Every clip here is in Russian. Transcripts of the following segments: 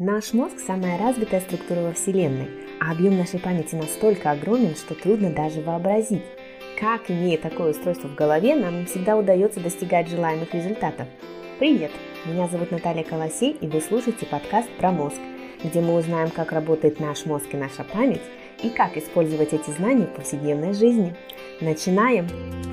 Наш мозг – самая развитая структура во Вселенной, а объем нашей памяти настолько огромен, что трудно даже вообразить, как, имея такое устройство в голове, нам не всегда удается достигать желаемых результатов. Привет! Меня зовут Наталья Колосей, и вы слушаете подкаст про мозг, где мы узнаем, как работает наш мозг и наша память, и как использовать эти знания в повседневной жизни. Начинаем!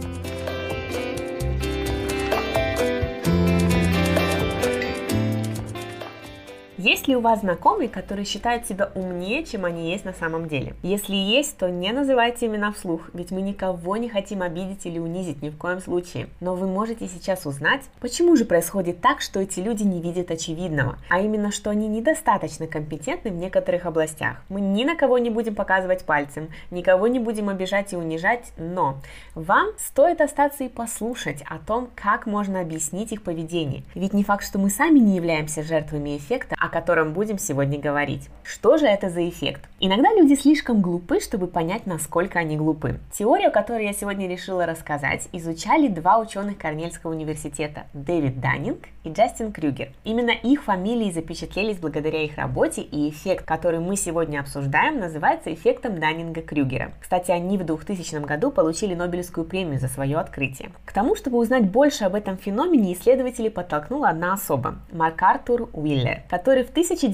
Есть ли у вас знакомые, которые считают себя умнее, чем они есть на самом деле? Если есть, то не называйте имена вслух, ведь мы никого не хотим обидеть или унизить ни в коем случае. Но вы можете сейчас узнать, почему же происходит так, что эти люди не видят очевидного, а именно, что они недостаточно компетентны в некоторых областях. Мы ни на кого не будем показывать пальцем, никого не будем обижать и унижать, но вам стоит остаться и послушать о том, как можно объяснить их поведение. Ведь не факт, что мы сами не являемся жертвами эффекта, о котором будем сегодня говорить. Что же это за эффект? Иногда люди слишком глупы, чтобы понять, насколько они глупы. Теорию, о которой я сегодня решила рассказать, изучали два ученых Корнельского университета – Дэвид Даннинг и Джастин Крюгер. Именно их фамилии запечатлелись благодаря их работе, и эффект, который мы сегодня обсуждаем, называется эффектом Даннинга-Крюгера. Кстати, они в 2000 году получили Нобелевскую премию за свое открытие. К тому, чтобы узнать больше об этом феномене, исследователей подтолкнула одна особа – МакАртур Уиллер, который в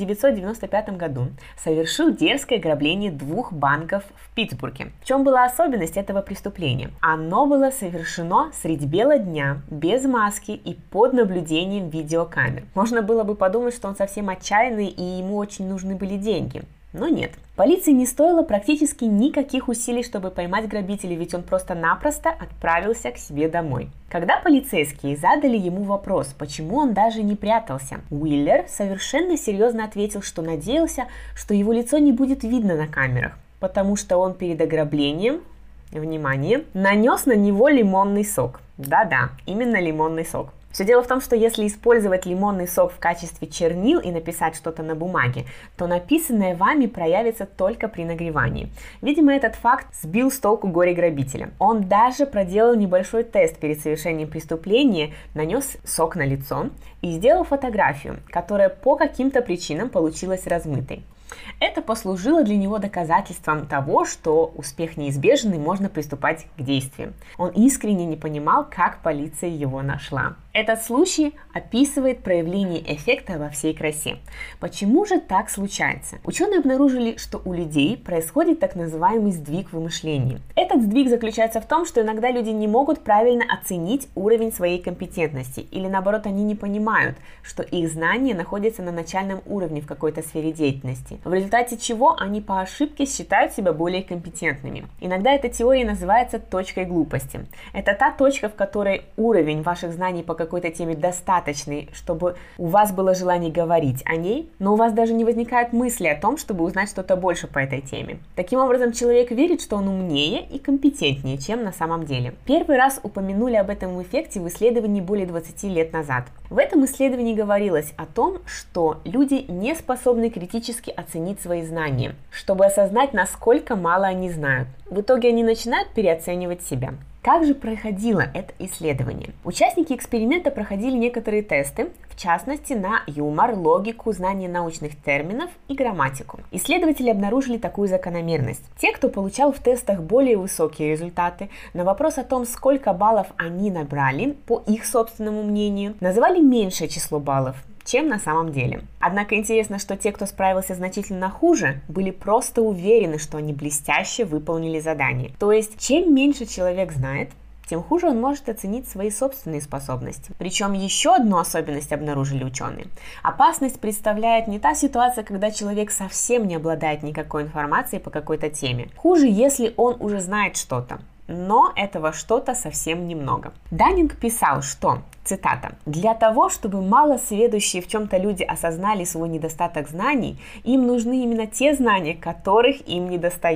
1995 году совершил дерзкое ограбление двух банков в Питтсбурге. В чем была особенность этого преступления? Оно было совершено средь бела дня, без маски и под наблюдением видеокамер. Можно было бы подумать, что он совсем отчаянный и ему очень нужны были деньги. Но нет. Полиции не стоило практически никаких усилий, чтобы поймать грабителя, ведь он просто-напросто отправился к себе домой. Когда полицейские задали ему вопрос, почему он даже не прятался, Уиллер совершенно серьезно ответил, что надеялся, что его лицо не будет видно на камерах, потому что он перед ограблением, внимание, нанес на него лимонный сок. Да-да, именно лимонный сок. Все дело в том, что если использовать лимонный сок в качестве чернил и написать что-то на бумаге, то написанное вами проявится только при нагревании. Видимо, этот факт сбил с толку горе-грабителя. Он даже проделал небольшой тест перед совершением преступления, нанес сок на лицо и сделал фотографию, которая по каким-то причинам получилась размытой. Это послужило для него доказательством того, что успех неизбежен и можно приступать к действиям. Он искренне не понимал, как полиция его нашла. Этот случай описывает проявление эффекта во всей красе. Почему же так случается? Ученые обнаружили, что у людей происходит так называемый сдвиг в мышлении. Этот сдвиг заключается в том, что иногда люди не могут правильно оценить уровень своей компетентности, или наоборот, они не понимают, что их знания находятся на начальном уровне в какой-то сфере деятельности, в результате чего они по ошибке считают себя более компетентными. Иногда эта теория называется точкой глупости. Это та точка, в которой уровень ваших знаний по какой-то теме достаточный, чтобы у вас было желание говорить о ней, но у вас даже не возникает мысли о том, чтобы узнать что-то больше по этой теме. Таким образом, человек верит, что он умнее и компетентнее, чем на самом деле. Первый раз упомянули об этом эффекте в исследовании более 20 лет назад. В этом исследовании говорилось о том, что люди не способны критически оценить свои знания, чтобы осознать, насколько мало они знают. В итоге они начинают переоценивать себя. Как же проходило это исследование? Участники эксперимента проходили некоторые тесты, в частности на юмор, логику, знание научных терминов и грамматику. Исследователи обнаружили такую закономерность. Те, кто получал в тестах более высокие результаты, на вопрос о том, сколько баллов они набрали, по их собственному мнению, называли меньшее число баллов, чем на самом деле. Однако интересно, что те, кто справился значительно хуже, были просто уверены, что они блестяще выполнили задание. То есть, чем меньше человек знает, тем хуже он может оценить свои собственные способности. Причем еще одну особенность обнаружили ученые. Опасность представляет не та ситуация, когда человек совсем не обладает никакой информацией по какой-то теме. Хуже, если он уже знает что-то, но этого что-то совсем немного. Даннинг писал, что, цитата, «Для того, чтобы малосведущие в чем-то люди осознали свой недостаток знаний, им нужны именно те знания, которых им недостает».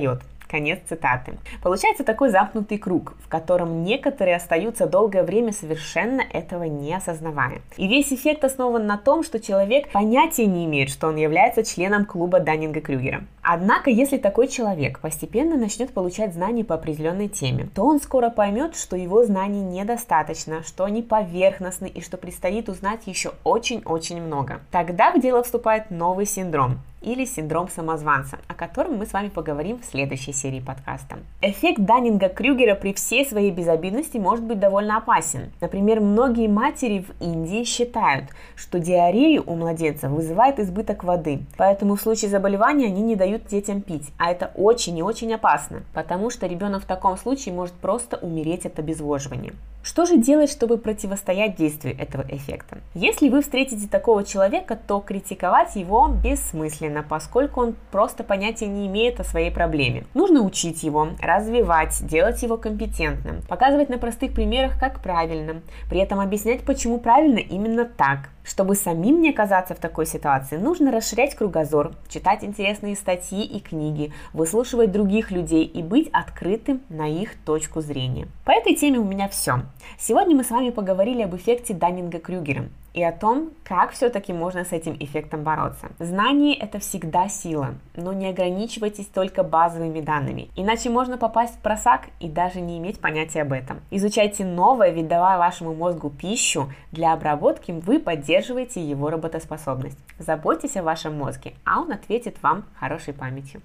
Конец цитаты. Получается такой замкнутый круг, в котором некоторые остаются долгое время совершенно этого не осознавая. И весь эффект основан на том, что человек понятия не имеет, что он является членом клуба Даннинга-Крюгера. Однако, если такой человек постепенно начнет получать знания по определенной теме, то он скоро поймет, что его знаний недостаточно, что они поверхностны и что предстоит узнать еще очень-очень много. Тогда в дело вступает новый синдром, или синдром самозванца, о котором мы с вами поговорим в следующей серии подкаста. Эффект Даннинга-Крюгера при всей своей безобидности может быть довольно опасен. Например, многие матери в Индии считают, что диарею у младенца вызывает избыток воды, поэтому в случае заболевания они не дают детям пить, а это очень и очень опасно, потому что ребенок в таком случае может просто умереть от обезвоживания. Что же делать, чтобы противостоять действию этого эффекта? Если вы встретите такого человека, то критиковать его бессмысленно, поскольку он просто понятия не имеет о своей проблеме. Нужно учить его, развивать, делать его компетентным, показывать на простых примерах, как правильно, при этом объяснять, почему правильно именно так. Чтобы самим не оказаться в такой ситуации, нужно расширять кругозор, читать интересные статьи и книги, выслушивать других людей и быть открытым на их точку зрения. По этой теме у меня все. Сегодня мы с вами поговорили об эффекте Даннинга-Крюгера и о том, как все-таки можно с этим эффектом бороться. Знание – это всегда сила, но не ограничивайтесь только базовыми данными, иначе можно попасть в просак и даже не иметь понятия об этом. Изучайте новое, ведь давая вашему мозгу пищу для обработки, вы поддерживаете его работоспособность. Заботьтесь о вашем мозге, а он ответит вам хорошей памятью.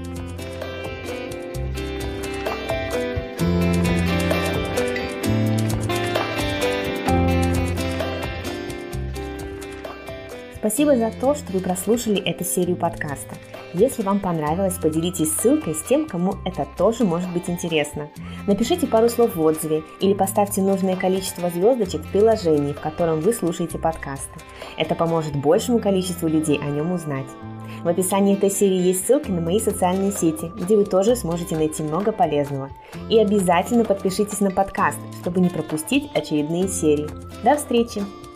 Спасибо за то, что вы прослушали эту серию подкаста. Если вам понравилось, поделитесь ссылкой с тем, кому это тоже может быть интересно. Напишите пару слов в отзыве или поставьте нужное количество звездочек в приложении, в котором вы слушаете подкасты. Это поможет большему количеству людей о нем узнать. В описании этой серии есть ссылки на мои социальные сети, где вы тоже сможете найти много полезного. И обязательно подпишитесь на подкаст, чтобы не пропустить очередные серии. До встречи!